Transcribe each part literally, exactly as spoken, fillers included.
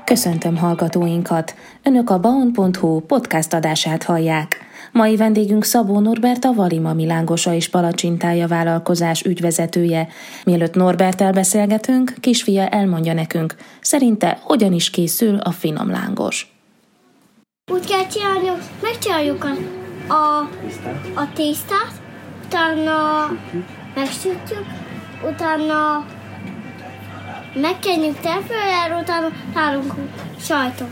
Köszöntöm hallgatóinkat! Önök a baon pont hu podcast adását hallják. Mai vendégünk Szabó Norbert, a Valimami lángosa és palacsintája vállalkozás ügyvezetője. Mielőtt Norberttel beszélgetünk, kisfia elmondja nekünk, szerinte hogyan is készül a finom lángos. Úgy kell csinálni, megcsináljuk a, a, a tésztát, utána megsütjük, utána megkenjük tefővel, utána tálunk sajtot.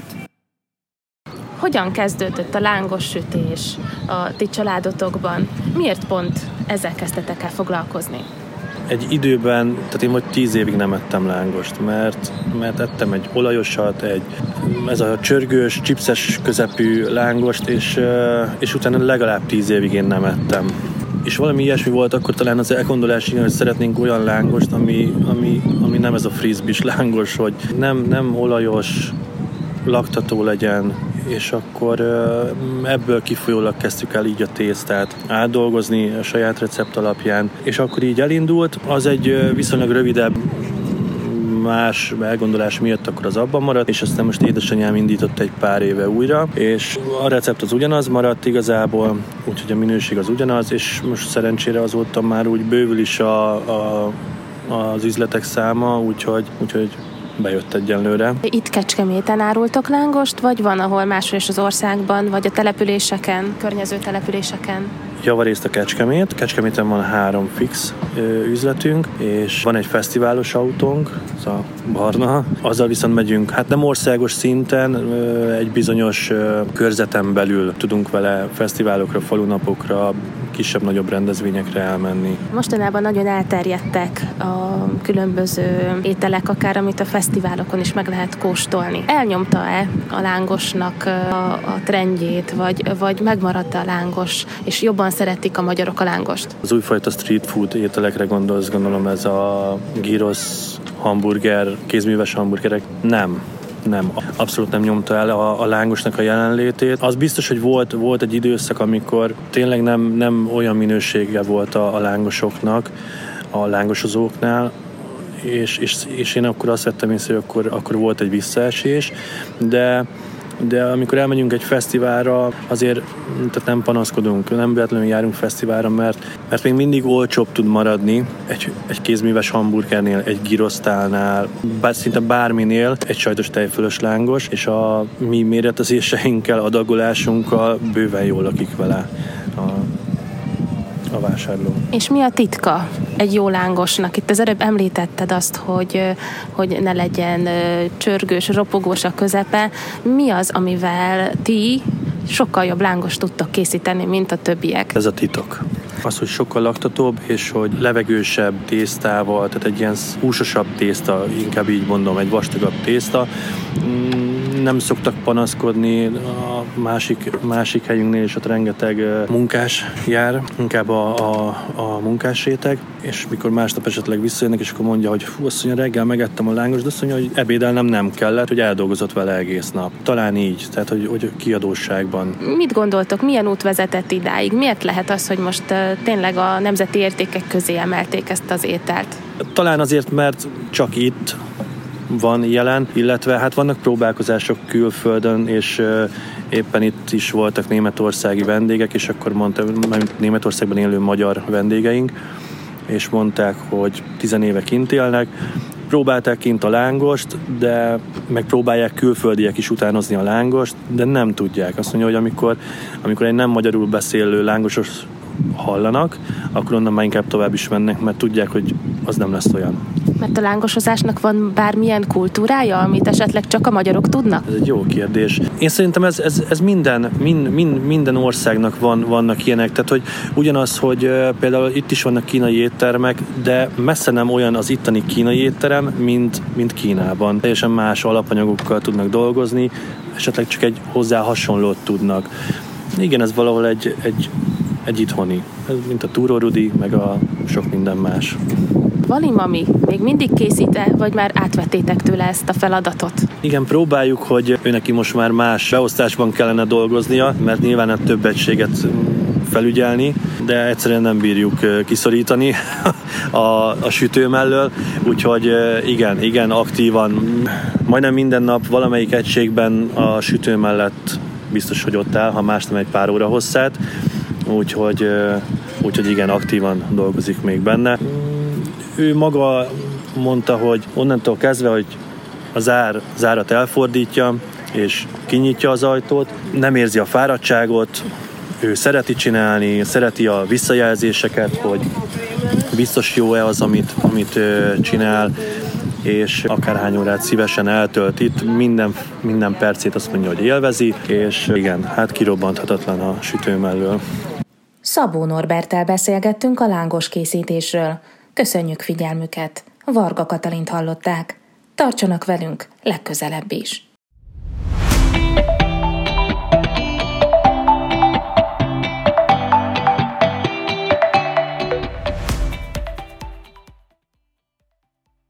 Hogyan kezdődött a lángos sütés a ti családotokban? Miért pont ezzel kezdtetek el foglalkozni? Egy időben, tehát én vagy tíz évig nem ettem lángost, mert, mert ettem egy olajosat, egy, ez a csörgős, chipses közepű lángost, és, és utána legalább tíz évig én nem ettem. És valami ilyesmi volt akkor talán az elgondolás, hogy szeretnénk olyan lángost, ami, ami, ami nem ez a frisbee-s lángos, hogy nem, nem olajos, laktató legyen, és akkor ebből kifolyólag kezdtük el így a tésztát átdolgozni a saját recept alapján, és akkor így elindult. Az egy viszonylag rövidebb, más elgondolás miatt akkor az abban maradt, és aztán most édesanyám indított egy pár éve újra, és a recept az ugyanaz maradt igazából, úgyhogy a minőség az ugyanaz, és most szerencsére azóta már úgy bővül is a, a, az üzletek száma, úgyhogy, úgyhogy bejött egyenlőre. Itt Kecskeméten árultok lángost, vagy van, ahol máshol is az országban, vagy a településeken, környező településeken? Javarészt a Kecskemét. Kecskeméten van három fix ö, üzletünk, és van egy fesztiválos autónk, az a barna. Azzal viszont megyünk, hát nem országos szinten, ö, egy bizonyos ö, körzeten belül tudunk vele fesztiválokra, falunapokra, kisebb-nagyobb rendezvényekre elmenni. Mostanában nagyon elterjedtek a különböző ételek, akár amit a fesztiválokon is meg lehet kóstolni. Elnyomta-e a lángosnak a, a trendjét, vagy, vagy megmaradt a lángos, és jobban szeretik a magyarok a lángost? Az újfajta street food ételekre gondolsz, gondolom ez a gyrosz, hamburger, kézműves hamburgerek? Nem. Nem, abszolút nem nyomta el a, a lángosnak a jelenlétét. Az biztos, hogy volt, volt egy időszak, amikor tényleg nem, nem olyan minősége volt a, a lángosoknak, a lángosozóknál, és, és, és én akkor azt vettem észre, hogy akkor, akkor volt egy visszaesés, de de amikor elmegyünk egy fesztiválra, azért tehát nem panaszkodunk, nem véletlenül járunk fesztiválra, mert, mert még mindig olcsóbb tud maradni egy, egy kézműves hamburgernél, egy gyrosztálnál, bár, szinte bárminél egy sajtos tejfölös lángos, és a mi méretezéseinkkel, adagolásunkkal bőven jól lakik vele a, a vásárló. És mi a titka egy jó lángosnak? Itt az előbb említetted azt, hogy, hogy ne legyen csörgős, ropogós a közepe. Mi az, amivel ti sokkal jobb lángost tudtok készíteni, mint a többiek? Ez a titok. Az, hogy sokkal laktatóbb, és hogy levegősebb tésztával, tehát egy ilyen húsosabb tészta, inkább így mondom, egy vastagabb tészta. Nem szoktak panaszkodni, a másik, másik helyünknél is ott rengeteg munkás jár, inkább a, a, a munkás réteg, és mikor másnap esetleg visszajönnek, és akkor mondja, hogy fú, azt mondja, reggel megettem a lángost, de azt mondja, hogy ebédelnem nem kellett, hogy eldolgozott vele egész nap. Talán így, tehát hogy, hogy kiadóságban. Mit gondoltok, milyen út vezetett idáig? Miért lehet az, hogy most uh, tényleg a nemzeti értékek közé emelték ezt az ételt? Talán azért, mert csak itt van jelen, illetve hát vannak próbálkozások külföldön, és uh, éppen itt is voltak németországi vendégek, és akkor mondta, Németországban élő magyar vendégeink, és mondták, hogy tizenéve kint élnek, próbálták kint a lángost, de megpróbálják külföldiek is utánozni a lángost, de nem tudják. Azt mondja, hogy amikor, amikor egy nem magyarul beszélő lángosos hallanak, akkor onnan már inkább tovább is mennek, mert tudják, hogy az nem lesz olyan. Mert a lángosozásnak van bármilyen kultúrája, amit esetleg csak a magyarok tudnak? Ez egy jó kérdés. Én szerintem ez, ez, ez minden, mind, mind, minden országnak van, vannak ilyenek. Tehát, hogy ugyanaz, hogy uh, például itt is vannak kínai éttermek, de messze nem olyan az itteni kínai étterem, mint, mint Kínában. Teljesen más alapanyagokkal tudnak dolgozni, esetleg csak egy hozzá hasonlót tudnak. Igen, ez valahol egy, egy, egy itthoni, mint a túrórudi, meg a sok minden más. Valimami még mindig készít-e, vagy már átvettétek tőle ezt a feladatot? Igen, próbáljuk, hogy ő neki most már más beosztásban kellene dolgoznia, mert nyilván több egységet felügyelni, de egyszerűen nem bírjuk kiszorítani a, a sütő mellől, úgyhogy igen, igen, aktívan, majdnem minden nap valamelyik egységben a sütő mellett biztos, hogy ott áll, ha más nem egy pár óra hosszát, úgyhogy, úgyhogy igen, aktívan dolgozik még benne. Ő maga mondta, hogy onnantól kezdve, hogy a zár, zárat elfordítja, és kinyitja az ajtót, nem érzi a fáradtságot, ő szereti csinálni, szereti a visszajelzéseket, hogy biztos jó-e az, amit, amit csinál, és akárhány órát szívesen eltölt itt, minden, minden percét azt mondja, hogy élvezi, és igen, hát kirobbanthatatlan a sütő mellől. Szabó Norberttel beszélgettünk a lángos készítésről. Köszönjük figyelmüket! Varga Katalint hallották. Tartsanak velünk legközelebb is!